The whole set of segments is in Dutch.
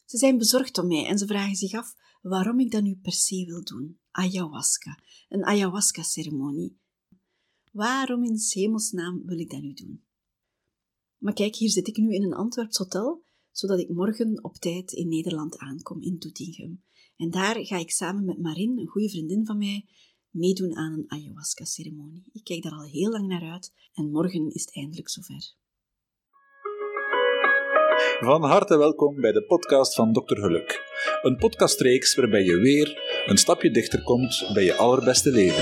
Ze zijn bezorgd om mij en ze vragen zich af waarom ik dat nu per se wil doen. Ayahuasca, een ayahuasca-ceremonie. Waarom in 's hemelsnaam wil ik dat nu doen? Maar kijk, hier zit ik nu in een Antwerps hotel, zodat ik morgen op tijd in Nederland aankom, in Doetinchem. En daar ga ik samen met Marin, een goede vriendin van mij, meedoen aan een ayahuasca-ceremonie. Ik kijk daar al heel lang naar uit en morgen is het eindelijk zover. Van harte welkom bij de podcast van Dr. Geluk. Een podcastreeks waarbij je weer een stapje dichter komt bij je allerbeste leven.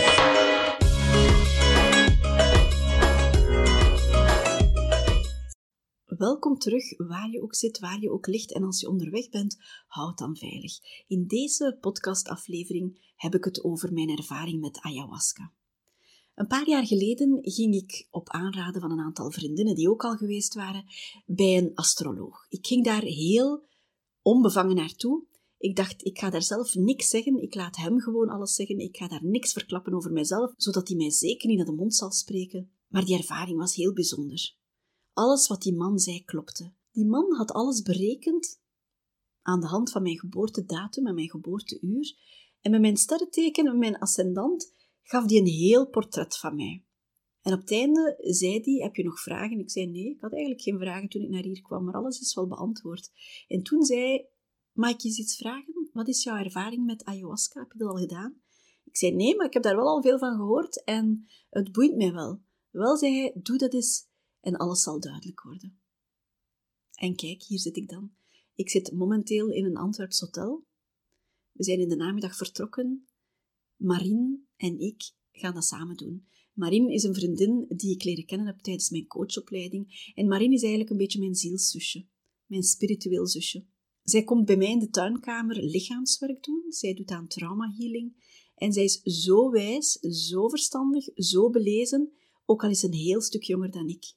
Welkom terug, waar je ook zit, waar je ook ligt en als je onderweg bent, houd dan veilig. In deze podcastaflevering heb ik het over mijn ervaring met ayahuasca. Een paar jaar geleden ging ik op aanraden van een aantal vriendinnen die ook al geweest waren, bij een astroloog. Ik ging daar heel onbevangen naartoe. Ik dacht, ik ga daar zelf niks zeggen, ik laat hem gewoon alles zeggen, ik ga daar niks verklappen over mijzelf, zodat hij mij zeker niet naar de mond zal spreken. Maar die ervaring was heel bijzonder. Alles wat die man zei klopte. Die man had alles berekend aan de hand van mijn geboortedatum en mijn geboorteuur. En met mijn sterrenteken en mijn ascendant gaf die een heel portret van mij. En op het einde zei hij, heb je nog vragen? Ik zei nee, ik had eigenlijk geen vragen toen ik naar hier kwam, maar alles is wel beantwoord. En toen zei hij, mag ik je eens iets vragen? Wat is jouw ervaring met ayahuasca? Heb je dat al gedaan? Ik zei nee, maar ik heb daar wel al veel van gehoord en het boeit mij wel. Wel, zei hij, doe dat eens en alles zal duidelijk worden. En kijk, hier zit ik dan. Ik zit momenteel in een Antwerps hotel. We zijn in de namiddag vertrokken. Marin en ik gaan dat samen doen. Marin is een vriendin die ik leren kennen heb tijdens mijn coachopleiding. En Marin is eigenlijk een beetje mijn zielszusje. Mijn spiritueel zusje. Zij komt bij mij in de tuinkamer lichaamswerk doen. Zij doet aan trauma healing. En zij is zo wijs, zo verstandig, zo belezen, ook al is ze een heel stuk jonger dan ik.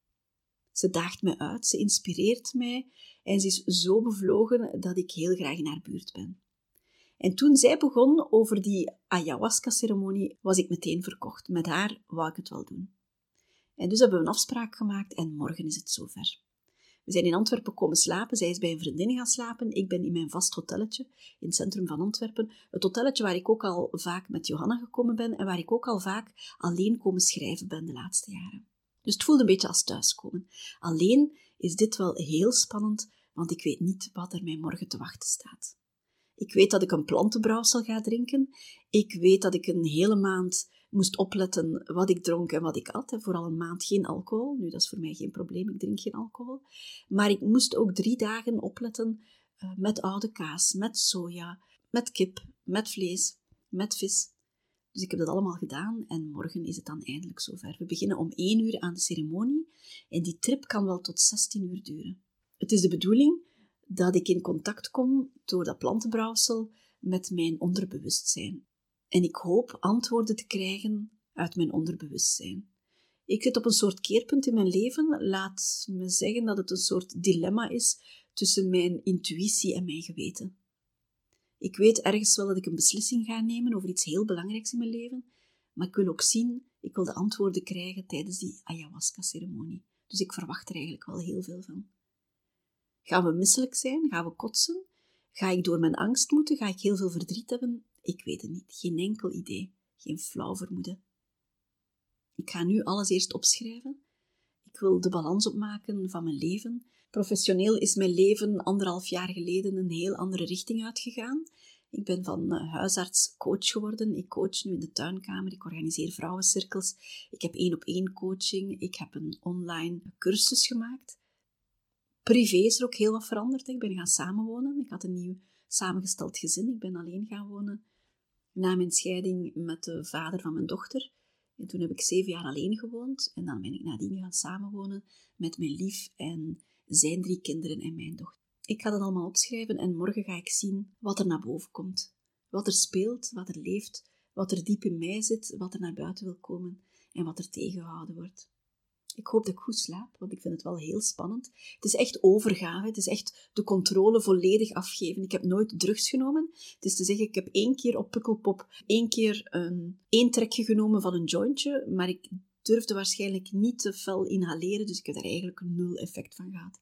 Ze daagt me uit, ze inspireert mij en ze is zo bevlogen dat ik heel graag in haar buurt ben. En toen zij begon over die ayahuasca-ceremonie, was ik meteen verkocht. Met haar wou ik het wel doen. En dus hebben we een afspraak gemaakt en morgen is het zover. We zijn in Antwerpen komen slapen. Zij is bij een vriendin gaan slapen. Ik ben in mijn vast hotelletje in het centrum van Antwerpen. Het hotelletje waar ik ook al vaak met Johanna gekomen ben en waar ik ook al vaak alleen komen schrijven ben de laatste jaren. Dus het voelde een beetje als thuiskomen. Alleen is dit wel heel spannend, want ik weet niet wat er mij morgen te wachten staat. Ik weet dat ik een plantenbrouwsel ga drinken. Ik weet dat ik een hele maand moest opletten wat ik dronk en wat ik at. Vooral een maand geen alcohol. Nu, dat is voor mij geen probleem, ik drink geen alcohol. Maar ik moest ook 3 dagen opletten met oude kaas, met soja, met kip, met vlees, met vis. Dus ik heb dat allemaal gedaan en morgen is het dan eindelijk zover. We beginnen om 1 uur aan de ceremonie en die trip kan wel tot 16 uur duren. Het is de bedoeling dat ik in contact kom door dat plantenbrouwsel met mijn onderbewustzijn. En ik hoop antwoorden te krijgen uit mijn onderbewustzijn. Ik zit op een soort keerpunt in mijn leven. Laat me zeggen dat het een soort dilemma is tussen mijn intuïtie en mijn geweten. Ik weet ergens wel dat ik een beslissing ga nemen over iets heel belangrijks in mijn leven, maar ik wil ook zien, ik wil de antwoorden krijgen tijdens die ayahuasca-ceremonie. Dus ik verwacht er eigenlijk wel heel veel van. Gaan we misselijk zijn? Gaan we kotsen? Ga ik door mijn angst moeten? Ga ik heel veel verdriet hebben? Ik weet het niet. Geen enkel idee. Geen flauw vermoeden. Ik ga nu alles eerst opschrijven. Ik wil de balans opmaken van mijn leven. Professioneel is mijn leven 1,5 jaar geleden een heel andere richting uitgegaan. Ik ben van huisarts coach geworden. Ik coach nu in de tuinkamer. Ik organiseer vrouwencirkels. Ik heb 1-op-1 coaching. Ik heb een online cursus gemaakt. Privé is er ook heel wat veranderd. Ik ben gaan samenwonen. Ik had een nieuw samengesteld gezin. Ik ben alleen gaan wonen. Na mijn scheiding met de vader van mijn dochter. En toen heb ik 7 jaar alleen gewoond. En dan ben ik nadien gaan samenwonen met mijn lief en zijn 3 kinderen en mijn dochter. Ik ga dat allemaal opschrijven en morgen ga ik zien wat er naar boven komt. Wat er speelt, wat er leeft, wat er diep in mij zit, wat er naar buiten wil komen en wat er tegengehouden wordt. Ik hoop dat ik goed slaap, want ik vind het wel heel spannend. Het is echt overgave, het is echt de controle volledig afgeven. Ik heb nooit drugs genomen. Het is te zeggen, ik heb 1 keer op Pukkelpop 1 keer 1 trekje genomen van een jointje, maar ik durfde waarschijnlijk niet te fel inhaleren, dus ik heb daar eigenlijk 0 effect van gehad.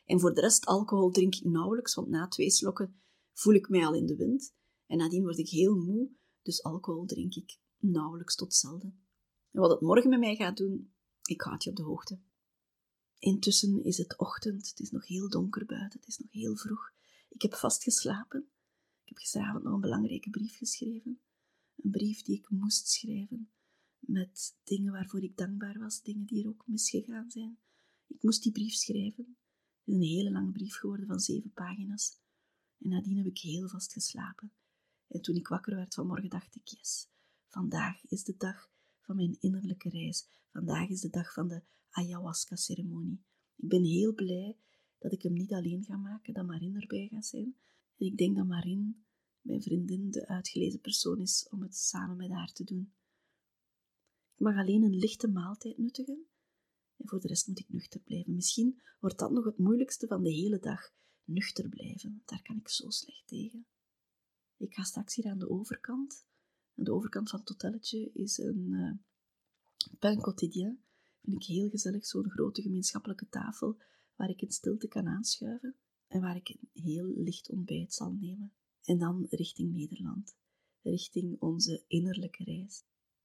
En voor de rest, alcohol drink ik nauwelijks, want na 2 slokken voel ik mij al in de wind. En nadien word ik heel moe, dus alcohol drink ik nauwelijks tot zelden. En wat het morgen met mij gaat doen, ik houd je op de hoogte. Intussen is het ochtend, het is nog heel donker buiten, het is nog heel vroeg. Ik heb vast geslapen. Ik heb gisteravond nog een belangrijke brief geschreven. Een brief die ik moest schrijven, met dingen waarvoor ik dankbaar was, dingen die er ook misgegaan zijn. Ik moest die brief schrijven. Het is een hele lange brief geworden van 7 pagina's. En nadien heb ik heel vast geslapen. En toen ik wakker werd vanmorgen, dacht ik, yes, vandaag is de dag van mijn innerlijke reis. Vandaag is de dag van de ayahuasca-ceremonie. Ik ben heel blij dat ik hem niet alleen ga maken, dat Marin erbij gaat zijn. En ik denk dat Marin, mijn vriendin, de uitgelezen persoon is om het samen met haar te doen. Ik mag alleen een lichte maaltijd nuttigen en voor de rest moet ik nuchter blijven. Misschien wordt dat nog het moeilijkste van de hele dag, nuchter blijven. Daar kan ik zo slecht tegen. Ik ga straks hier aan de overkant. Aan de overkant van het hotelletje is een pain quotidien. Vind ik heel gezellig, zo'n grote gemeenschappelijke tafel waar ik in stilte kan aanschuiven en waar ik een heel licht ontbijt zal nemen. En dan richting Nederland, richting onze innerlijke reis.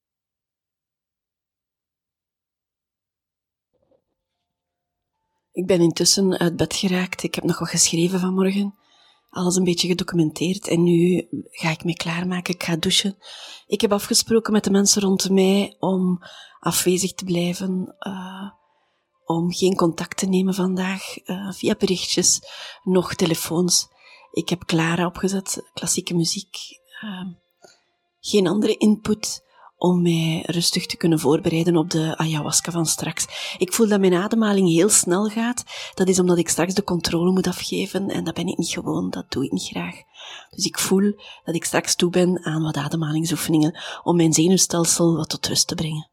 Ik ben intussen uit bed geraakt. Ik heb nog wat geschreven vanmorgen. Alles een beetje gedocumenteerd. En nu ga ik me klaarmaken. Ik ga douchen. Ik heb afgesproken met de mensen rond mij om afwezig te blijven. Om geen contact te nemen vandaag. Via berichtjes, nog telefoons. Ik heb Clara opgezet. Klassieke muziek. Geen andere input. Om mij rustig te kunnen voorbereiden op de ayahuasca van straks. Ik voel dat mijn ademhaling heel snel gaat. Dat is omdat ik straks de controle moet afgeven en dat ben ik niet gewoon, dat doe ik niet graag. Dus ik voel dat ik straks toe ben aan wat ademhalingsoefeningen om mijn zenuwstelsel wat tot rust te brengen.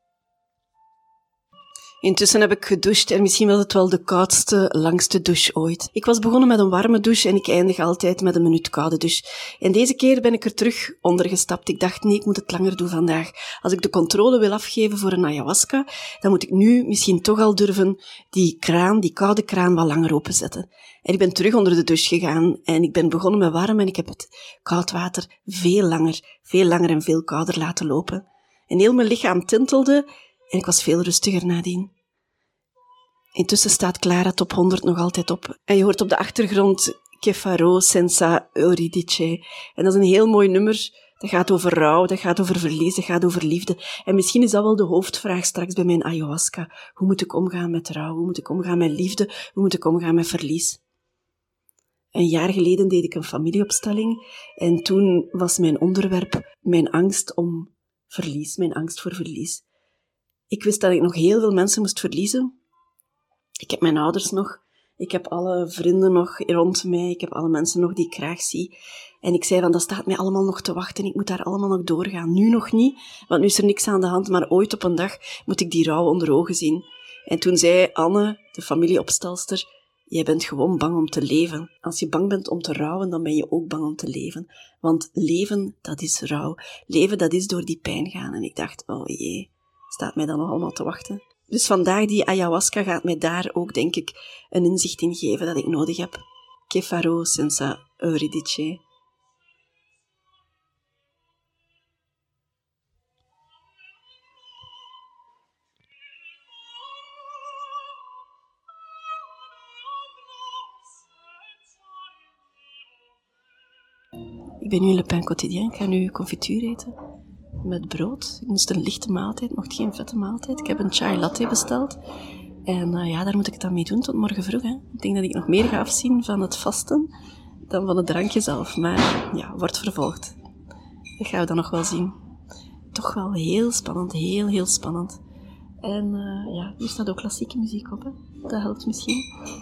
Intussen heb ik gedoucht en misschien was het wel de koudste, langste douche ooit. Ik was begonnen met een warme douche en ik eindig altijd met een minuut koude douche. En deze keer ben ik er terug onder gestapt. Ik dacht, nee, ik moet het langer doen vandaag. Als ik de controle wil afgeven voor een ayahuasca, dan moet ik nu misschien toch al durven die koude kraan wat langer openzetten. En ik ben terug onder de douche gegaan en ik ben begonnen met warm en ik heb het koud water veel langer en veel kouder laten lopen. En heel mijn lichaam tintelde en ik was veel rustiger nadien. Intussen staat Clara Top 100 nog altijd op. En je hoort op de achtergrond Che farò senza Euridice. En dat is een heel mooi nummer. Dat gaat over rouw, dat gaat over verlies, dat gaat over liefde. En misschien is dat wel de hoofdvraag straks bij mijn ayahuasca. Hoe moet ik omgaan met rouw? Hoe moet ik omgaan met liefde? Hoe moet ik omgaan met verlies? Een jaar geleden deed ik een familieopstelling. En toen was mijn onderwerp mijn angst om verlies, mijn angst voor verlies. Ik wist dat ik nog heel veel mensen moest verliezen. Ik heb mijn ouders nog, ik heb alle vrienden nog rond mij, ik heb alle mensen nog die ik graag zie. En ik zei van, dat staat mij allemaal nog te wachten, ik moet daar allemaal nog doorgaan. Nu nog niet, want nu is er niks aan de hand, maar ooit op een dag moet ik die rouw onder ogen zien. En toen zei Anne, de familieopstelster, jij bent gewoon bang om te leven. Als je bang bent om te rouwen, dan ben je ook bang om te leven. Want leven, dat is rouw. Leven, dat is door die pijn gaan. En ik dacht, oh jee, staat mij dan nog allemaal te wachten? Dus vandaag die ayahuasca gaat mij daar ook, denk ik, een inzicht in geven dat ik nodig heb. Che farò senza Euridice. Ik ben nu in Le Pain Quotidien. Ik ga nu confituur eten. Met brood. Ik moest een lichte maaltijd, mocht geen vette maaltijd. Ik heb een chai latte besteld. En daar moet ik het dan mee doen tot morgen vroeg. Hè. Ik denk dat ik nog meer ga afzien van het vasten dan van het drankje zelf. Maar ja, wordt vervolgd. Dat gaan we dan nog wel zien. Toch wel heel spannend, heel spannend. En hier staat ook klassieke muziek op. Hè. Dat helpt misschien.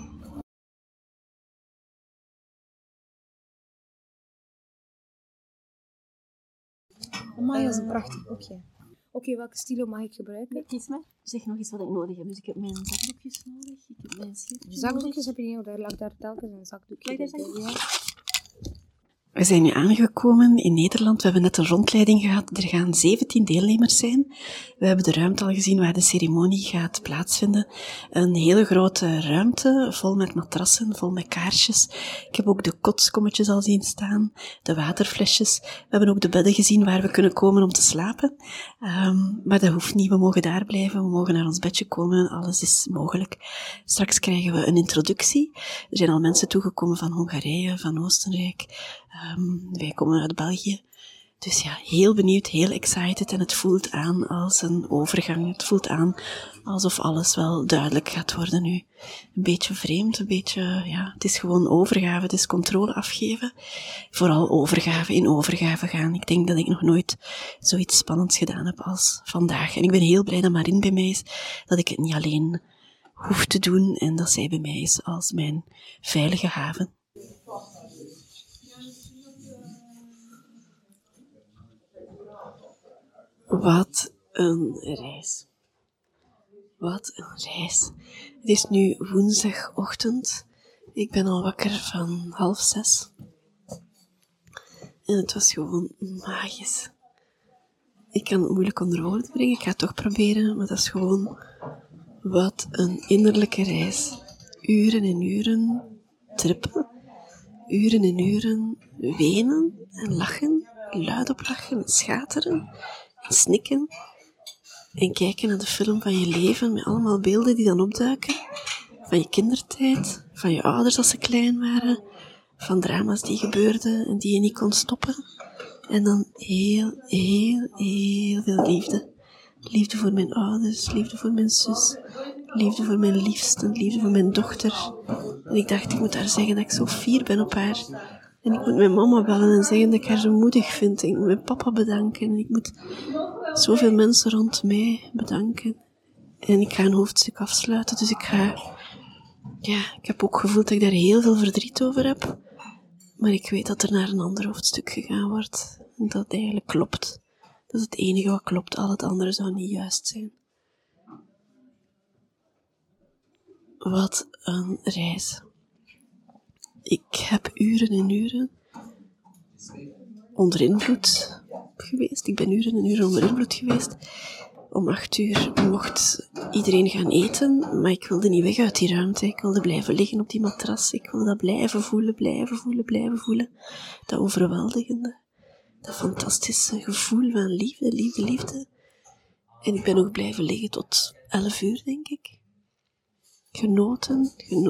Amai, dat is een prachtig boekje. Oké, welke stilo mag ik gebruiken? Kies maar. Zeg nog eens wat ik nodig heb. Dus ik heb mijn zakdoekjes nodig. Ik heb mijn schrift. Zakdoekjes heb je niet nodig. Lag daar telkens een zakdoekje. Lag daar zakdoekjes? Ja. We zijn nu aangekomen in Nederland. We hebben net een rondleiding gehad. Er gaan 17 deelnemers zijn. We hebben de ruimte al gezien waar de ceremonie gaat plaatsvinden. Een hele grote ruimte, vol met matrassen, vol met kaarsjes. Ik heb ook de kotskommetjes al zien staan, de waterflesjes. We hebben ook de bedden gezien waar we kunnen komen om te slapen. Maar dat hoeft niet. We mogen daar blijven. We mogen naar ons bedje komen. Alles is mogelijk. Straks krijgen we een introductie. Er zijn al mensen toegekomen van Hongarije, van Oostenrijk. Wij komen uit België. Dus ja, heel benieuwd, heel excited. En het voelt aan als een overgang. Het voelt aan alsof alles wel duidelijk gaat worden nu. Een beetje vreemd, een beetje, ja, het is gewoon overgave, het is controle afgeven. Vooral overgave, in overgave gaan. Ik denk dat ik nog nooit zoiets spannends gedaan heb als vandaag. En ik ben heel blij dat Marine bij mij is, dat ik het niet alleen hoef te doen en dat zij bij mij is als mijn veilige haven. Wat een reis. Wat een reis. Het is nu woensdagochtend. Ik ben al wakker van 5:30. En het was gewoon magisch. Ik kan het moeilijk onder woorden brengen. Ik ga het toch proberen, maar dat is gewoon wat een innerlijke reis. Uren en uren trippen. Uren en uren wenen en lachen. Luid op lachen en schateren. En snikken en kijken naar de film van je leven met allemaal beelden die dan opduiken. Van je kindertijd, van je ouders als ze klein waren, van drama's die gebeurden en die je niet kon stoppen. En dan heel veel liefde. Liefde voor mijn ouders, liefde voor mijn zus, liefde voor mijn liefste, liefde voor mijn dochter. En ik dacht, ik moet haar zeggen dat ik zo fier ben op haar. En ik moet mijn mama bellen en zeggen dat ik haar zo moedig vind. En ik moet mijn papa bedanken. En ik moet zoveel mensen rond mij bedanken. En ik ga een hoofdstuk afsluiten. Dus ik heb ook gevoeld dat ik daar heel veel verdriet over heb. Maar ik weet dat er naar een ander hoofdstuk gegaan wordt. En dat het eigenlijk klopt. Dat is het enige wat klopt. Al het andere zou niet juist zijn. Wat een reis. Ik heb uren en uren onder invloed geweest. Ik ben uren en uren onder invloed geweest. Om 8:00 mocht iedereen gaan eten, maar ik wilde niet weg uit die ruimte. Ik wilde blijven liggen op die matras. Ik wilde dat blijven voelen. Dat overweldigende, dat fantastische gevoel van liefde. En ik ben ook blijven liggen tot 11:00, denk ik. Genoten,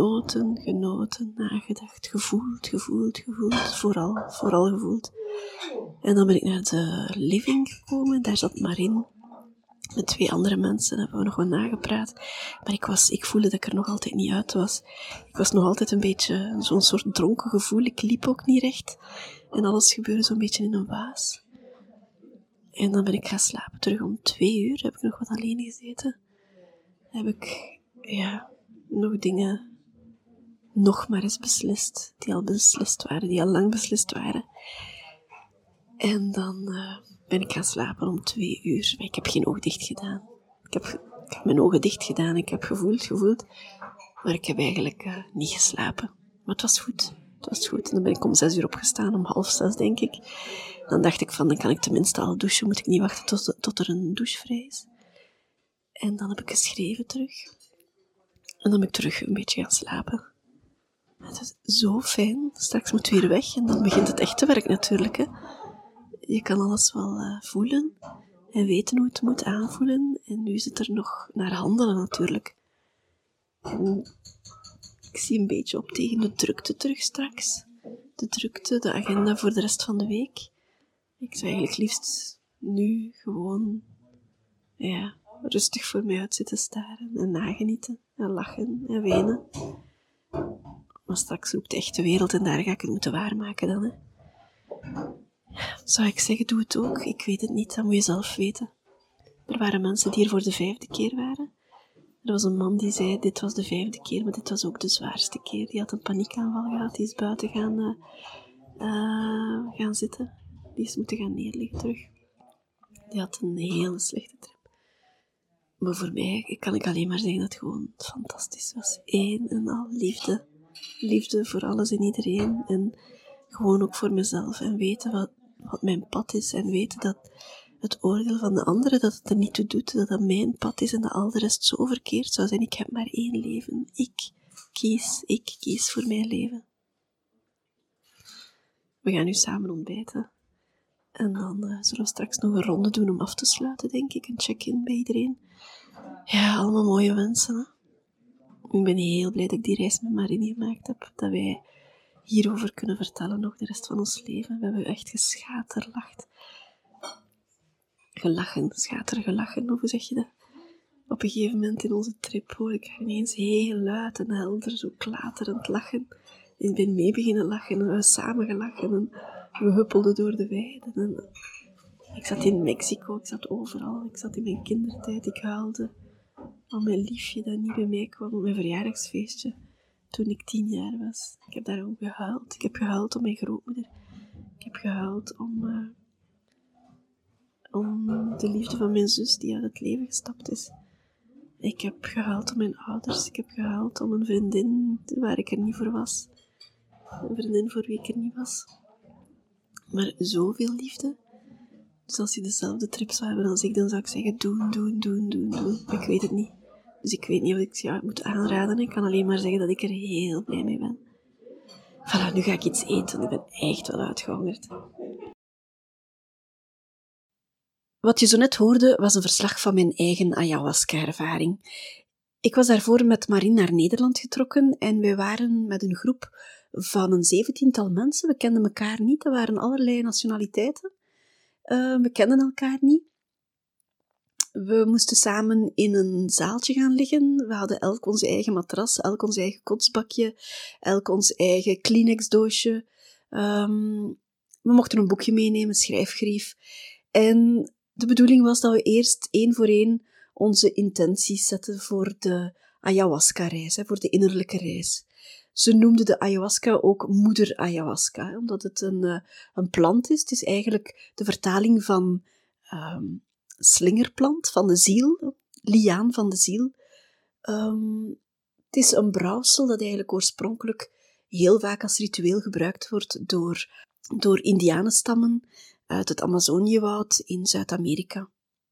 nagedacht, gevoeld, vooral gevoeld. En dan ben ik naar de living gekomen, daar zat Marine. Met 2 andere mensen hebben we nog wat nagepraat. Maar ik voelde dat ik er nog altijd niet uit was. Ik was nog altijd een beetje zo'n soort dronken gevoel. Ik liep ook niet recht. En alles gebeurde zo'n beetje in een waas. En dan ben ik gaan slapen. Terug om 2:00 heb ik nog wat alleen gezeten. Heb ik, nog dingen nog maar eens beslist. Die al beslist waren, die al lang beslist waren. En dan ben ik gaan slapen om 2:00. Maar ik heb geen oog dicht gedaan. Ik heb mijn ogen dicht gedaan. Ik heb gevoeld. Maar ik heb eigenlijk niet geslapen. Maar het was goed. En dan ben ik om 6:00 opgestaan. Om 5:30, denk ik. Dan dacht ik van, dan kan ik tenminste al douchen. Moet ik niet wachten tot er een douche vrij is. En dan heb ik geschreven terug. En dan ben ik terug een beetje gaan slapen. Het is zo fijn. Straks moet je weer weg. En dan begint het echte werk natuurlijk, hè. Je kan alles wel voelen en weten hoe het moet aanvoelen. En nu zit er nog naar handelen natuurlijk. En ik zie een beetje op tegen de drukte terug straks. De drukte, de agenda voor de rest van de week. Ik zou eigenlijk liefst nu gewoon rustig voor mij uit zitten staren en nagenieten en lachen en wenen. Maar straks roept de echte wereld en daar ga ik het moeten waarmaken dan, hè. Zou ik zeggen, doe het ook? Ik weet het niet, dat moet je zelf weten. Er waren mensen die hier voor de 5e keer waren. Er was een man die zei, dit was de 5e keer, maar dit was ook de zwaarste keer. Die had een paniekaanval gehad, die is buiten gaan zitten. Die is moeten gaan neerliggen terug. Die had een hele slechte trip. Maar voor mij kan ik alleen maar zeggen dat het gewoon fantastisch was. Een en al liefde. Liefde voor alles en iedereen. En Gewoon ook voor mezelf en weten wat mijn pad is en weten dat het oordeel van de anderen, dat het er niet toe doet, dat dat mijn pad is en dat al de rest zo verkeerd zou zijn. Ik heb maar 1 leven. Ik kies voor mijn leven. We gaan nu samen ontbijten. En dan zullen we straks nog een ronde doen om af te sluiten, denk ik. Een check-in bij iedereen. Ja, allemaal mooie wensen, hè? Ik ben heel blij dat ik die reis met Marine gemaakt heb. Dat wij hierover kunnen vertellen nog de rest van ons leven. We hebben echt geschaterlacht. Gelachen, of hoe zeg je dat? Op een gegeven moment in onze trip hoor ik haar ineens heel luid en helder, zo klaterend lachen. En ik ben mee beginnen lachen en we hebben samen gelachen en we huppelden door de weiden. En ik zat in Mexico, ik zat overal, ik zat in mijn kindertijd, ik huilde om mijn liefje dat niet bij mij kwam op mijn verjaardagsfeestje toen ik 10 jaar was. Ik heb daarom gehuild. Ik heb gehuild om mijn grootmoeder. Ik heb gehuild om de liefde van mijn zus die uit het leven gestapt is. Ik heb gehuild om mijn ouders. Ik heb gehuild om een vriendin waar ik er niet voor was. Een vriendin voor wie ik er niet was. Maar zoveel liefde. Dus als je dezelfde trip zou hebben als ik, dan zou ik zeggen doen. Ik weet het niet. Dus ik weet niet of ik het jou moet aanraden. Ik kan alleen maar zeggen dat ik er heel blij mee ben. Voilà, nu ga ik iets eten, want ik ben echt wel uitgehongerd. Wat je zo net hoorde, was een verslag van mijn eigen ayahuasca-ervaring. Ik was daarvoor met Marine naar Nederland getrokken en wij waren met een groep van een 17-tal mensen. We kenden elkaar niet, dat waren allerlei nationaliteiten. We kenden elkaar niet. We moesten samen in een zaaltje gaan liggen. We hadden elk onze eigen matras, elk ons eigen kotsbakje, elk ons eigen Kleenex-doosje. We mochten een boekje meenemen, schrijfgrief. En de bedoeling was dat we eerst 1 voor 1 onze intenties zetten voor de ayahuasca-reis, voor de innerlijke reis. Ze noemden de ayahuasca ook moeder ayahuasca, omdat het een plant is. Het is eigenlijk de vertaling van slingerplant, van de ziel, liaan van de ziel. Het is een brouwsel dat eigenlijk oorspronkelijk heel vaak als ritueel gebruikt wordt door indianenstammen uit het Amazoniëwoud in Zuid-Amerika.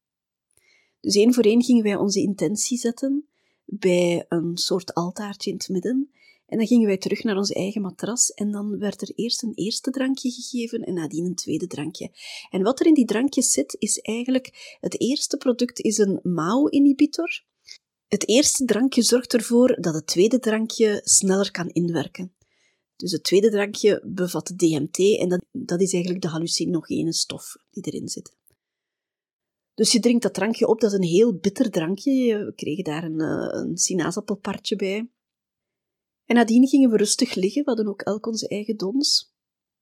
Dus 1 voor 1 gingen wij onze intentie zetten bij een soort altaartje in het midden. En dan gingen wij terug naar onze eigen matras en dan werd er eerst een eerste drankje gegeven en nadien een tweede drankje. En wat er in die drankjes zit, is eigenlijk... Het eerste product is een MAO-inhibitor. Het eerste drankje zorgt ervoor dat het tweede drankje sneller kan inwerken. Dus het tweede drankje bevat DMT en dat is eigenlijk de hallucinogene stof die erin zit. Dus je drinkt dat drankje op, dat is een heel bitter drankje. We kregen daar een sinaasappelpartje bij. En nadien gingen we rustig liggen, we hadden ook elk onze eigen dons.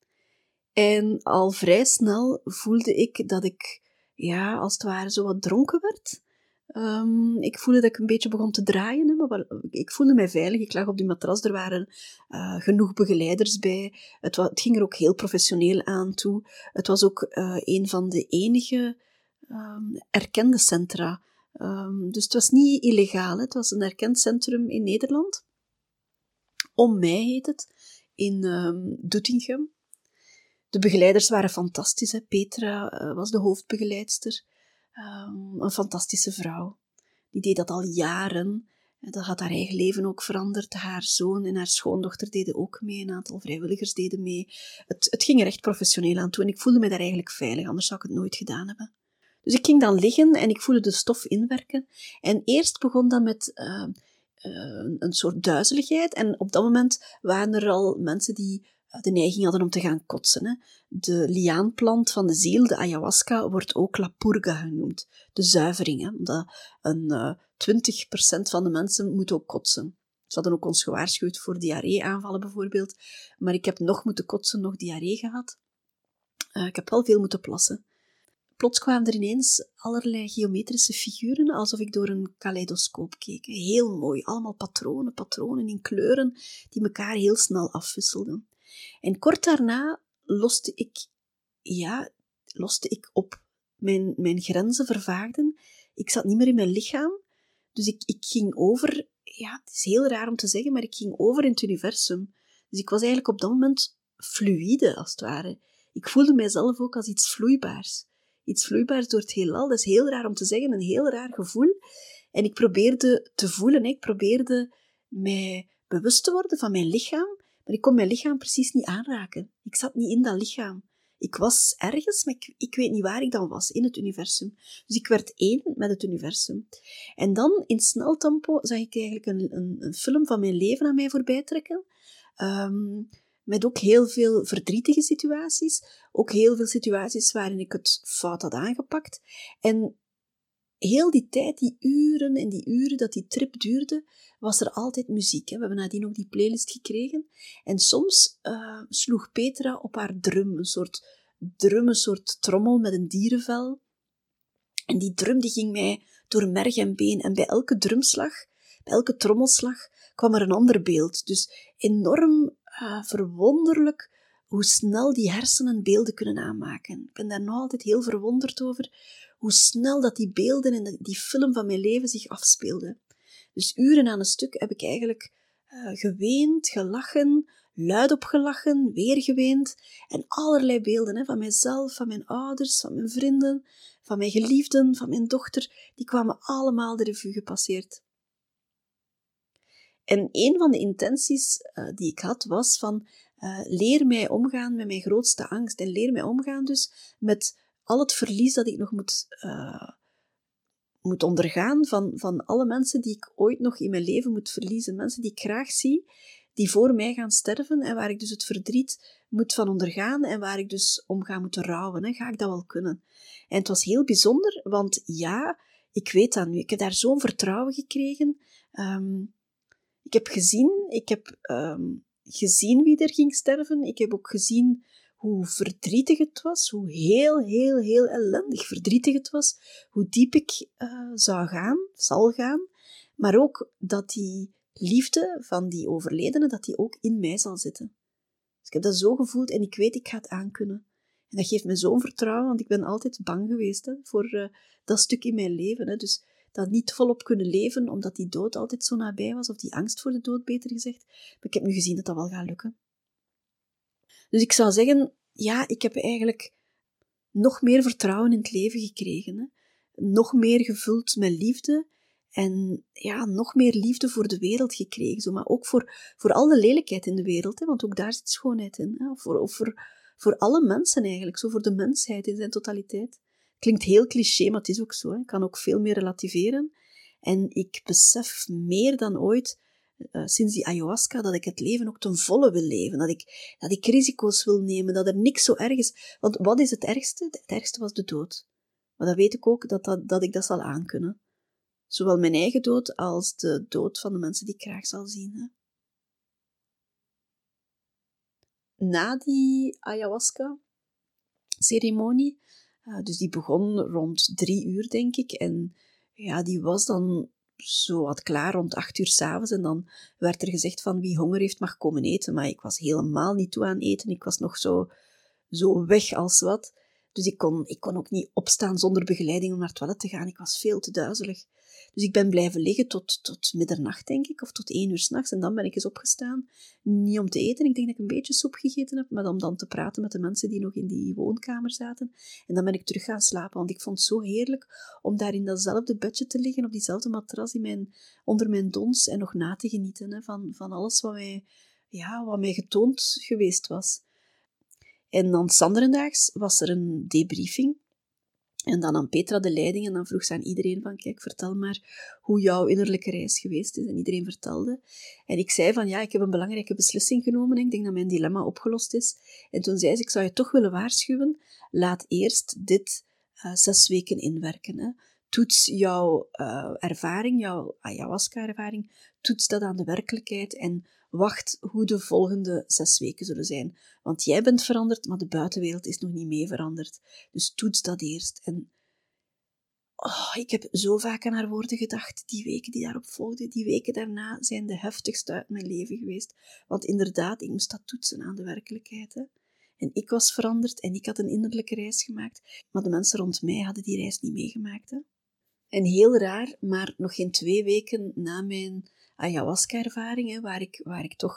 En al vrij snel voelde ik dat ik, als het ware, zo wat dronken werd. Ik voelde dat ik een beetje begon te draaien, maar ik voelde mij veilig. Ik lag op die matras, er waren genoeg begeleiders bij. Het ging er ook heel professioneel aan toe. Het was ook een van de enige erkende centra. Dus het was niet illegaal, het was een erkend centrum in Nederland. Om mij heet het, in Doetinchem. De begeleiders waren fantastisch. Hè. Petra was de hoofdbegeleidster. Een fantastische vrouw. Die deed dat al jaren. Dat had haar eigen leven ook veranderd. Haar zoon en haar schoondochter deden ook mee. Een aantal vrijwilligers deden mee. Het ging er echt professioneel aan toe. En ik voelde me daar eigenlijk veilig. Anders zou ik het nooit gedaan hebben. Dus ik ging dan liggen en ik voelde de stof inwerken. En eerst begon dat met een soort duizeligheid. En op dat moment waren er al mensen die de neiging hadden om te gaan kotsen. Hè. De liaanplant van de ziel, de ayahuasca, wordt ook la purga genoemd. De zuivering. Hè, omdat 20% van de mensen moet ook kotsen. Ze hadden ook ons gewaarschuwd voor diarree-aanvallen bijvoorbeeld. Maar ik heb nog moeten kotsen, nog diarree gehad. Ik heb wel veel moeten plassen. Plots kwamen er ineens allerlei geometrische figuren, alsof ik door een kaleidoscoop keek. Heel mooi, allemaal patronen in kleuren, die elkaar heel snel afwisselden. En kort daarna loste ik op. Mijn grenzen vervaagden. Ik zat niet meer in mijn lichaam. Dus ik ging over, het is heel raar om te zeggen, maar ik ging over in het universum. Dus ik was eigenlijk op dat moment fluïde, als het ware. Ik voelde mijzelf ook als iets vloeibaars. Iets vloeibaars door het heelal. Dat is heel raar om te zeggen, een heel raar gevoel. En ik probeerde te voelen, ik probeerde mij bewust te worden van mijn lichaam, maar ik kon mijn lichaam precies niet aanraken. Ik zat niet in dat lichaam. Ik was ergens, maar ik weet niet waar ik dan was, in het universum. Dus ik werd één met het universum. En dan, in snel tempo, zag ik eigenlijk een film van mijn leven aan mij voorbij trekken. Met ook heel veel verdrietige situaties. Ook heel veel situaties waarin ik het fout had aangepakt. En heel die tijd, die uren en die uren dat die trip duurde, was er altijd muziek. Hè. We hebben nadien ook die playlist gekregen. En soms sloeg Petra op haar drum, een soort trommel met een dierenvel. En die drum die ging mij door merg en been. En bij elke drumslag, bij elke trommelslag, kwam er een ander beeld. Dus enorm verwonderlijk hoe snel die hersenen beelden kunnen aanmaken. Ik ben daar nog altijd heel verwonderd over, hoe snel dat die beelden en die film van mijn leven zich afspeelden. Dus uren aan een stuk heb ik eigenlijk geweend, gelachen, luidop gelachen, weer geweend. En allerlei beelden, hè, van mijzelf, van mijn ouders, van mijn vrienden, van mijn geliefden, van mijn dochter, die kwamen allemaal de revue gepasseerd. En een van de intenties die ik had, was van leer mij omgaan met mijn grootste angst. En leer mij omgaan dus met al het verlies dat ik nog moet ondergaan van alle mensen die ik ooit nog in mijn leven moet verliezen. Mensen die ik graag zie, die voor mij gaan sterven en waar ik dus het verdriet moet van ondergaan en waar ik dus om ga moeten rouwen. Hè. Ga ik dat wel kunnen? En het was heel bijzonder, want ja, ik weet dat nu. Ik heb daar zo'n vertrouwen gekregen. Ik heb gezien wie er ging sterven. Ik heb ook gezien hoe verdrietig het was, hoe heel, heel, heel ellendig verdrietig het was, hoe diep ik zal gaan, maar ook dat die liefde van die overledene, dat die ook in mij zal zitten. Dus ik heb dat zo gevoeld en ik weet, ik ga het aankunnen. En dat geeft me zo'n vertrouwen, want ik ben altijd bang geweest voor dat stuk in mijn leven. Hè. Dus dat niet volop kunnen leven, omdat die dood altijd zo nabij was, of die angst voor de dood, beter gezegd. Maar ik heb nu gezien dat dat wel gaat lukken. Dus ik zou zeggen, ja, ik heb eigenlijk nog meer vertrouwen in het leven gekregen. Hè. Nog meer gevuld met liefde en ja, nog meer liefde voor de wereld gekregen. Zo, maar ook voor al de lelijkheid in de wereld, hè, want ook daar zit schoonheid in. Hè. Voor alle mensen eigenlijk, zo voor de mensheid in zijn totaliteit. Klinkt heel cliché, maar het is ook zo. Hè. Ik kan ook veel meer relativeren. En ik besef meer dan ooit, sinds die ayahuasca, dat ik het leven ook ten volle wil leven. Dat ik risico's wil nemen, dat er niks zo erg is. Want wat is het ergste? Het ergste was de dood. Maar dan weet ik ook dat ik dat zal aankunnen. Zowel mijn eigen dood als de dood van de mensen die ik graag zal zien. Hè. Na die ayahuasca-ceremonie, dus die begon rond 3 uur, denk ik, en ja, die was dan zo wat klaar rond 8 uur 's avonds en dan werd er gezegd van wie honger heeft mag komen eten, maar ik was helemaal niet toe aan eten, ik was nog zo weg als wat. Dus ik kon ook niet opstaan zonder begeleiding om naar het toilet te gaan, ik was veel te duizelig. Dus ik ben blijven liggen tot middernacht, denk ik, of tot 1 uur 's nachts. En dan ben ik eens opgestaan. Niet om te eten, ik denk dat ik een beetje soep gegeten heb, maar om dan te praten met de mensen die nog in die woonkamer zaten. En dan ben ik terug gaan slapen, want ik vond het zo heerlijk om daar in datzelfde bedje te liggen, op diezelfde matras onder mijn dons en nog na te genieten, hè, van alles wat mij getoond geweest was. En dan 's anderendaags was er een debriefing. En dan aan Petra de leiding en dan vroeg ze aan iedereen van, kijk, vertel maar hoe jouw innerlijke reis geweest is. En iedereen vertelde. En ik zei van, ja, ik heb een belangrijke beslissing genomen en ik denk dat mijn dilemma opgelost is. En toen zei ze, ik zou je toch willen waarschuwen, laat eerst dit 6 weken inwerken. Hè. Toets jouw ervaring, jouw ayahuasca-ervaring, toets dat aan de werkelijkheid en wacht hoe de volgende 6 weken zullen zijn. Want jij bent veranderd, maar de buitenwereld is nog niet mee veranderd. Dus toets dat eerst. En ik heb zo vaak aan haar woorden gedacht, die weken die daarop volgden. Die weken daarna zijn de heftigste uit mijn leven geweest. Want inderdaad, ik moest dat toetsen aan de werkelijkheid. Hè. En ik was veranderd en ik had een innerlijke reis gemaakt. Maar de mensen rond mij hadden die reis niet meegemaakt. Hè. En heel raar, maar nog geen 2 weken na mijn ayahuasca-ervaring, waar ik toch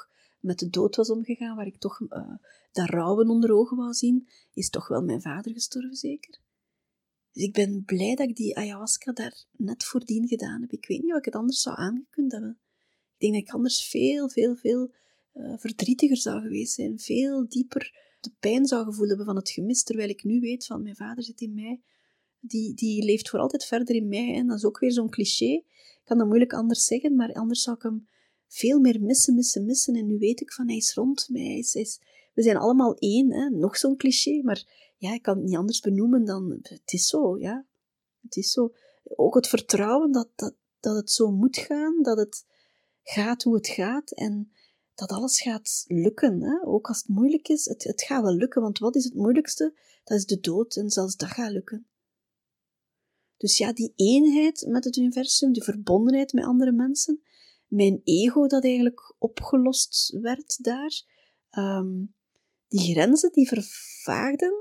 met de dood was omgegaan, waar ik toch dat rouwen onder ogen wou zien, is toch wel mijn vader gestorven, zeker. Dus ik ben blij dat ik die ayahuasca daar net voordien gedaan heb. Ik weet niet of ik het anders zou aangekund hebben. Ik denk dat ik anders veel verdrietiger zou geweest zijn. Veel dieper de pijn zou gevoeld hebben van het gemis, terwijl ik nu weet van mijn vader zit in mij. Die leeft voor altijd verder in mij. En dat is ook weer zo'n cliché. Ik kan dat moeilijk anders zeggen, maar anders zou ik hem veel meer missen. En nu weet ik van, hij is rond mij. We zijn allemaal één, hè? Nog zo'n cliché, maar ja, ik kan het niet anders benoemen dan, het is zo, ja. Het is zo. Ook het vertrouwen dat het zo moet gaan, dat het gaat hoe het gaat en dat alles gaat lukken. Hè? Ook als het moeilijk is, het gaat wel lukken, want wat is het moeilijkste? Dat is de dood en zelfs dat gaat lukken. Dus ja, die eenheid met het universum, die verbondenheid met andere mensen, mijn ego dat eigenlijk opgelost werd daar, die grenzen die vervaagden,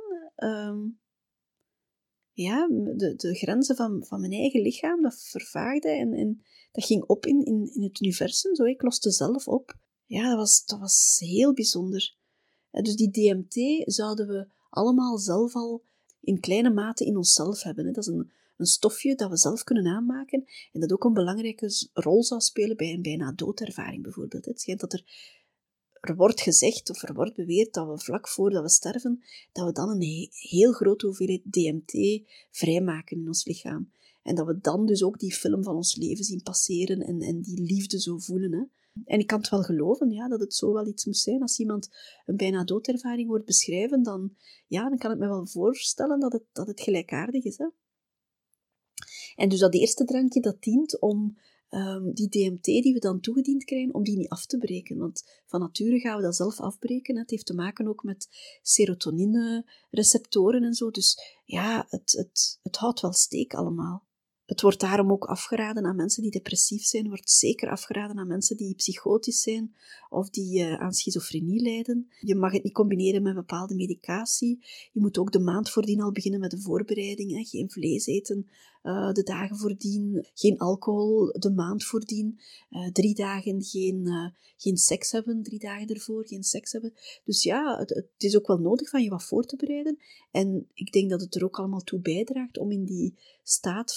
ja, de grenzen van mijn eigen lichaam, dat vervaagde en dat ging op in het universum, zo, ik loste zelf op. Ja, dat was heel bijzonder. Dus die DMT zouden we allemaal zelf al in kleine mate in onszelf hebben. Dat is een stofje dat we zelf kunnen aanmaken en dat ook een belangrijke rol zou spelen bij een bijna doodervaring bijvoorbeeld. Het schijnt dat er wordt gezegd of er wordt beweerd dat we vlak voordat we sterven, dat we dan een heel grote hoeveelheid DMT vrijmaken in ons lichaam. En dat we dan dus ook die film van ons leven zien passeren en die liefde zo voelen. Hè. En ik kan het wel geloven, ja, dat het zo wel iets moet zijn. Als iemand een bijna doodervaring hoort beschrijven, dan kan ik me wel voorstellen dat het gelijkaardig is. Hè. En dus dat eerste drankje, dat dient om die DMT die we dan toegediend krijgen, om die niet af te breken. Want van nature gaan we dat zelf afbreken. Het heeft te maken ook met serotonine-receptoren en zo. Dus ja, het houdt wel steek allemaal. Het wordt daarom ook afgeraden aan mensen die depressief zijn, wordt zeker afgeraden aan mensen die psychotisch zijn of die aan schizofrenie lijden. Je mag het niet combineren met bepaalde medicatie. Je moet ook de maand voordien al beginnen met de voorbereiding. Hè. Geen vlees eten de dagen voordien, geen alcohol de maand voordien, 3 dagen geen seks hebben, 3 dagen ervoor geen seks hebben. Dus ja, het is ook wel nodig van je wat voor te bereiden. En ik denk dat het er ook allemaal toe bijdraagt om in die staat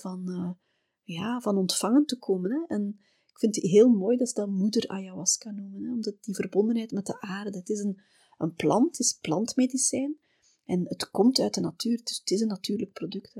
van ontvangen te komen. Hè. En ik vind het heel mooi dat ze dat moeder ayahuasca noemen, hè, omdat die verbondenheid met de aarde, het is een plant, het is plantmedicijn en het komt uit de natuur, dus het is een natuurlijk product. Hè.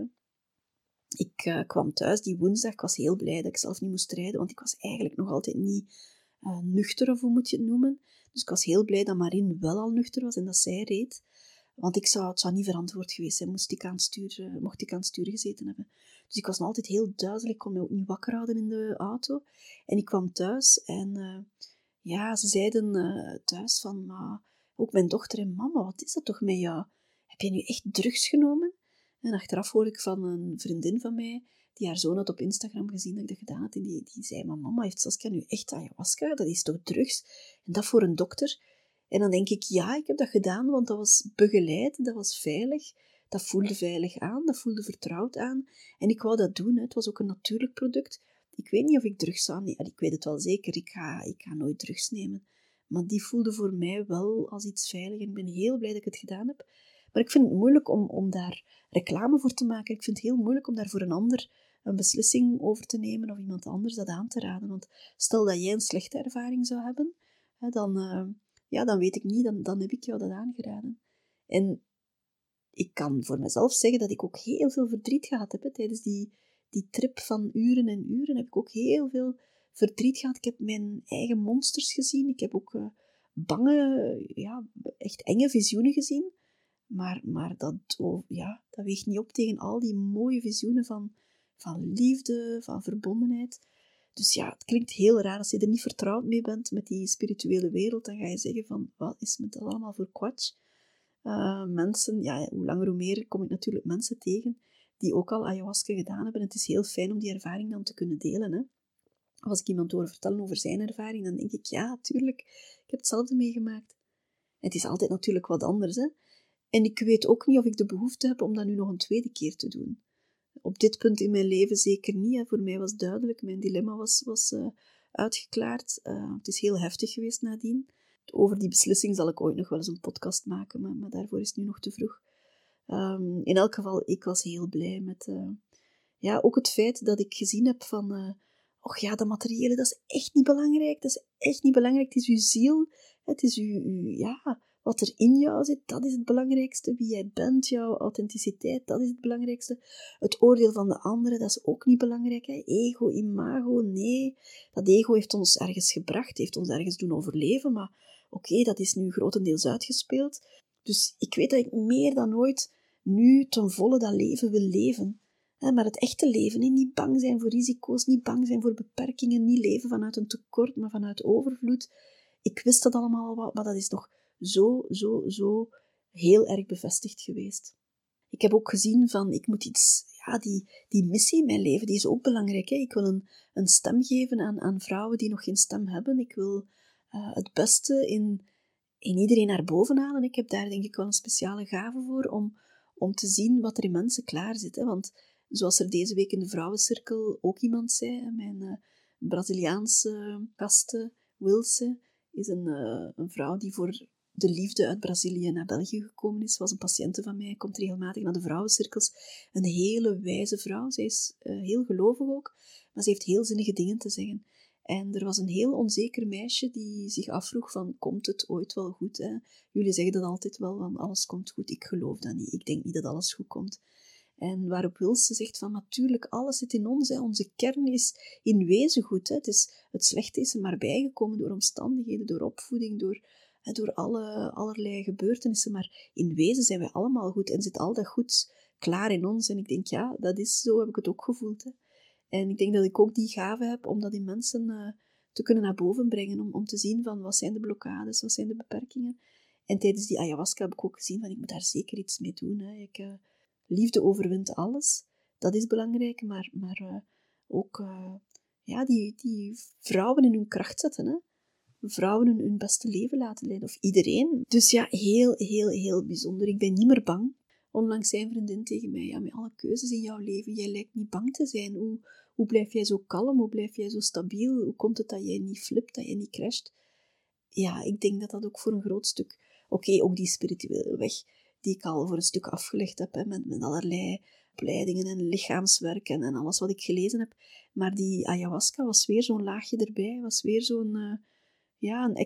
Ik kwam thuis die woensdag, ik was heel blij dat ik zelf niet moest rijden, want ik was eigenlijk nog altijd niet nuchter, of hoe moet je het noemen. Dus ik was heel blij dat Marien wel al nuchter was en dat zij reed. Want het zou niet verantwoord geweest zijn, mocht ik aan het stuur gezeten hebben. Dus ik was nog altijd heel duizelig, ik kon me ook niet wakker houden in de auto. En ik kwam thuis en ze zeiden thuis van, ook mijn dochter en mama, wat is dat toch met jou? Heb jij nu echt drugs genomen? En achteraf hoorde ik van een vriendin van mij, die haar zoon had op Instagram gezien dat ik dat gedaan had. En die zei, maar mama, heeft Saskia nu echt ayahuasca? Dat is toch drugs? En dat voor een dokter? En dan denk ik, ja, ik heb dat gedaan, want dat was begeleid, dat was veilig. Dat voelde veilig aan, dat voelde vertrouwd aan. En ik wou dat doen, hè. Het was ook een natuurlijk product. Ik weet niet of ik drugs zou nemen. Ik weet het wel zeker, ik ga nooit drugs nemen. Maar die voelde voor mij wel als iets veilig. En ik ben heel blij dat ik het gedaan heb. Maar ik vind het moeilijk om daar reclame voor te maken. Ik vind het heel moeilijk om daar voor een ander een beslissing over te nemen of iemand anders dat aan te raden. Want stel dat jij een slechte ervaring zou hebben, hè, dan weet ik niet, dan heb ik jou dat aangeraden. En ik kan voor mezelf zeggen dat ik ook heel veel verdriet gehad heb. Hè. Tijdens die trip van uren en uren heb ik ook heel veel verdriet gehad. Ik heb mijn eigen monsters gezien. Ik heb ook bange, echt enge visioenen gezien. Maar dat weegt niet op tegen al die mooie visioenen van liefde, van verbondenheid. Dus ja, het klinkt heel raar. Als je er niet vertrouwd mee bent met die spirituele wereld, dan ga je zeggen van, wat is met dat allemaal voor kwatsch? Mensen, hoe langer hoe meer kom ik natuurlijk mensen tegen die ook al ayahuasca gedaan hebben. Het is heel fijn om die ervaring dan te kunnen delen. Hè? Als ik iemand hoor vertellen over zijn ervaring, dan denk ik, ja, tuurlijk, ik heb hetzelfde meegemaakt. En het is altijd natuurlijk wat anders, hè. En ik weet ook niet of ik de behoefte heb om dat nu nog een tweede keer te doen. Op dit punt in mijn leven zeker niet. Hè. Voor mij was duidelijk, mijn dilemma was uitgeklaard. Het is heel heftig geweest nadien. Over die beslissing zal ik ooit nog wel eens een podcast maken, maar daarvoor is het nu nog te vroeg. In elk geval, ik was heel blij met... ook het feit dat ik gezien heb van... dat materiële, dat is echt niet belangrijk. Dat is echt niet belangrijk. Het is uw ziel. Het is wat er in jou zit. Dat is het belangrijkste. Wie jij bent, jouw authenticiteit, dat is het belangrijkste. Het oordeel van de anderen, dat is ook niet belangrijk. Hè? Ego, imago, nee. Dat ego heeft ons ergens gebracht, heeft ons ergens doen overleven. Maar oké, dat is nu grotendeels uitgespeeld. Dus ik weet dat ik meer dan ooit nu ten volle dat leven wil leven. Maar het echte leven, niet bang zijn voor risico's, niet bang zijn voor beperkingen, niet leven vanuit een tekort, maar vanuit overvloed. Ik wist dat allemaal al wat, maar dat is nog zo heel erg bevestigd geweest. Ik heb ook gezien van, ik moet iets, die missie in mijn leven, die is ook belangrijk. Hè? Ik wil een stem geven aan vrouwen die nog geen stem hebben. Ik wil het beste in iedereen naar boven halen. Ik heb daar denk ik wel een speciale gave voor, om te zien wat er in mensen klaar zit. Hè? Want zoals er deze week in de vrouwencirkel ook iemand zei, mijn Braziliaanse gasten, Wilse, is een vrouw die voor de liefde uit Brazilië naar België gekomen is. Was een patiënte van mij, komt regelmatig naar de vrouwencirkels. Een hele wijze vrouw. Zij is heel gelovig ook, maar ze heeft heel zinnige dingen te zeggen. En er was een heel onzeker meisje die zich afvroeg van, komt het ooit wel goed? Hè? Jullie zeggen dat altijd wel, van alles komt goed. Ik geloof dat niet. Ik denk niet dat alles goed komt. En waarop Wilse zegt van, natuurlijk, alles zit in ons. Hè. Onze kern is in wezen goed. Hè. Het slechte is er maar bijgekomen door omstandigheden, door opvoeding, door allerlei gebeurtenissen. Maar in wezen zijn wij allemaal goed en zit al dat goeds klaar in ons. En ik denk, ja, dat is zo, heb ik het ook gevoeld. Hè. En ik denk dat ik ook die gave heb om dat in mensen te kunnen naar boven brengen. Om te zien van, wat zijn de blokkades, wat zijn de beperkingen. En tijdens die ayahuasca heb ik ook gezien van, ik moet daar zeker iets mee doen. Hè. Liefde overwint alles, dat is belangrijk, maar ook die vrouwen in hun kracht zetten, hè? Vrouwen hun beste leven laten leiden, of iedereen. Dus ja, heel, heel, heel bijzonder. Ik ben niet meer bang. Onlangs zei een vriendin tegen mij, ja, met alle keuzes in jouw leven, jij lijkt niet bang te zijn. Hoe blijf jij zo kalm, hoe blijf jij zo stabiel, hoe komt het dat jij niet flipt, dat jij niet crasht? Ja, ik denk dat dat ook voor een groot stuk, ook die spirituele weg, die ik al voor een stuk afgelegd heb, hè, met allerlei opleidingen en lichaamswerk en alles wat ik gelezen heb. Maar die ayahuasca was weer zo'n laagje erbij, was weer zo'n, een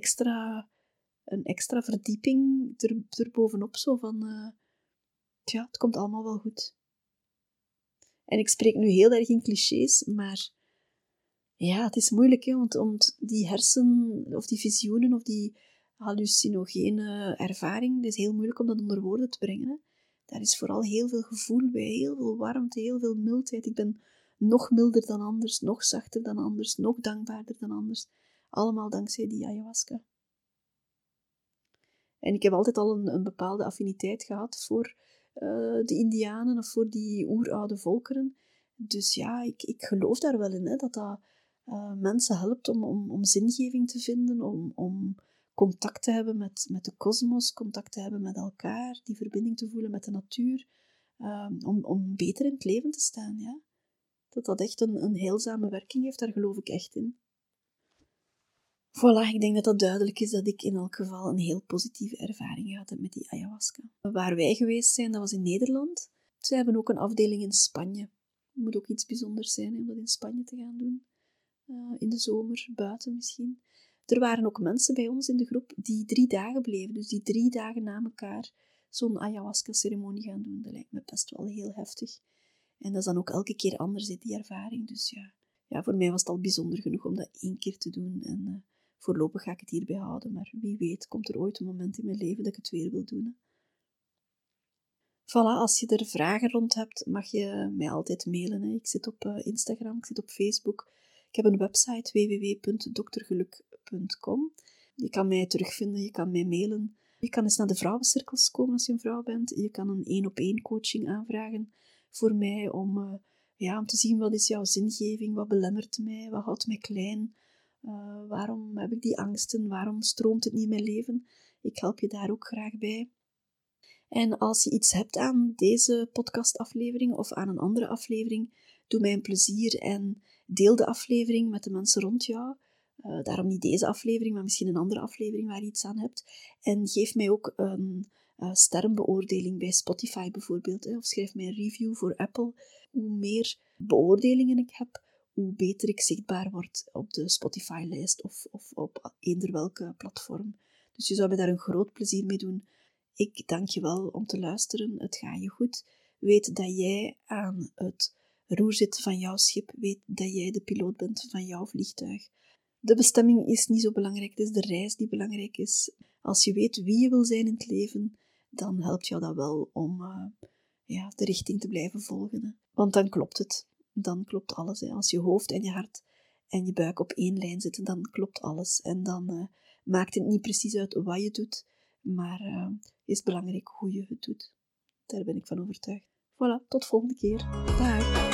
extra verdieping erbovenop, zo van, het komt allemaal wel goed. En ik spreek nu heel erg in clichés, maar ja, het is moeilijk, hè, want die of die visioenen of die hallucinogene ervaring, het is heel moeilijk om dat onder woorden te brengen. Hè. Daar is vooral heel veel gevoel bij, heel veel warmte, heel veel mildheid. Ik ben nog milder dan anders, nog zachter dan anders, nog dankbaarder dan anders. Allemaal dankzij die ayahuasca. En ik heb altijd al een bepaalde affiniteit gehad voor de Indianen of voor die oeroude volkeren. Dus ja, ik geloof daar wel in, hè, dat mensen helpt om zingeving te vinden, om contact te hebben met de kosmos, contact te hebben met elkaar, die verbinding te voelen met de natuur, om beter in het leven te staan. Ja? Dat echt een heilzame werking heeft, daar geloof ik echt in. Voilà, ik denk dat dat duidelijk is dat ik in elk geval een heel positieve ervaring gehad heb met die ayahuasca. Waar wij geweest zijn, dat was in Nederland. Ze hebben ook een afdeling in Spanje. Het moet ook iets bijzonders zijn om dat in Spanje te gaan doen. In de zomer, buiten misschien. Er waren ook mensen bij ons in de groep die 3 dagen bleven. Dus die 3 dagen na elkaar zo'n ayahuasca-ceremonie gaan doen. Dat lijkt me best wel heel heftig. En dat is dan ook elke keer anders, die ervaring. Dus ja, voor mij was het al bijzonder genoeg om dat 1 keer te doen. En voorlopig ga ik het hierbij houden. Maar wie weet komt er ooit een moment in mijn leven dat ik het weer wil doen. Hè. Voilà, als je er vragen rond hebt, mag je mij altijd mailen. Hè. Ik zit op Instagram, ik zit op Facebook. Ik heb een website, www.doktergeluk.com. Je kan mij terugvinden, je kan mij mailen. Je kan eens naar de vrouwencirkels komen als je een vrouw bent. Je kan een 1-op-1 coaching aanvragen voor mij om te zien wat is jouw zingeving, wat belemmert mij, wat houdt mij klein, waarom heb ik die angsten, waarom stroomt het niet in mijn leven. Ik help je daar ook graag bij. En als je iets hebt aan deze podcastaflevering of aan een andere aflevering, doe mij een plezier en deel de aflevering met de mensen rond jou. Daarom niet deze aflevering, maar misschien een andere aflevering waar je iets aan hebt. En geef mij ook een sterrenbeoordeling bij Spotify bijvoorbeeld. Of schrijf mij een review voor Apple. Hoe meer beoordelingen ik heb, hoe beter ik zichtbaar word op de Spotify-lijst of op eender welke platform. Dus je zou me daar een groot plezier mee doen. Ik dank je wel om te luisteren. Het gaat je goed. Weet dat jij aan het roer zit van jouw schip. Weet dat jij de piloot bent van jouw vliegtuig. De bestemming is niet zo belangrijk. Het is de reis die belangrijk is. Als je weet wie je wil zijn in het leven, dan helpt jou dat wel om de richting te blijven volgen. Hè. Want dan klopt het. Dan klopt alles. Hè. Als je hoofd en je hart en je buik op één lijn zitten, dan klopt alles. En dan maakt het niet precies uit wat je doet, maar is het belangrijk hoe je het doet. Daar ben ik van overtuigd. Voilà, tot volgende keer. Dag.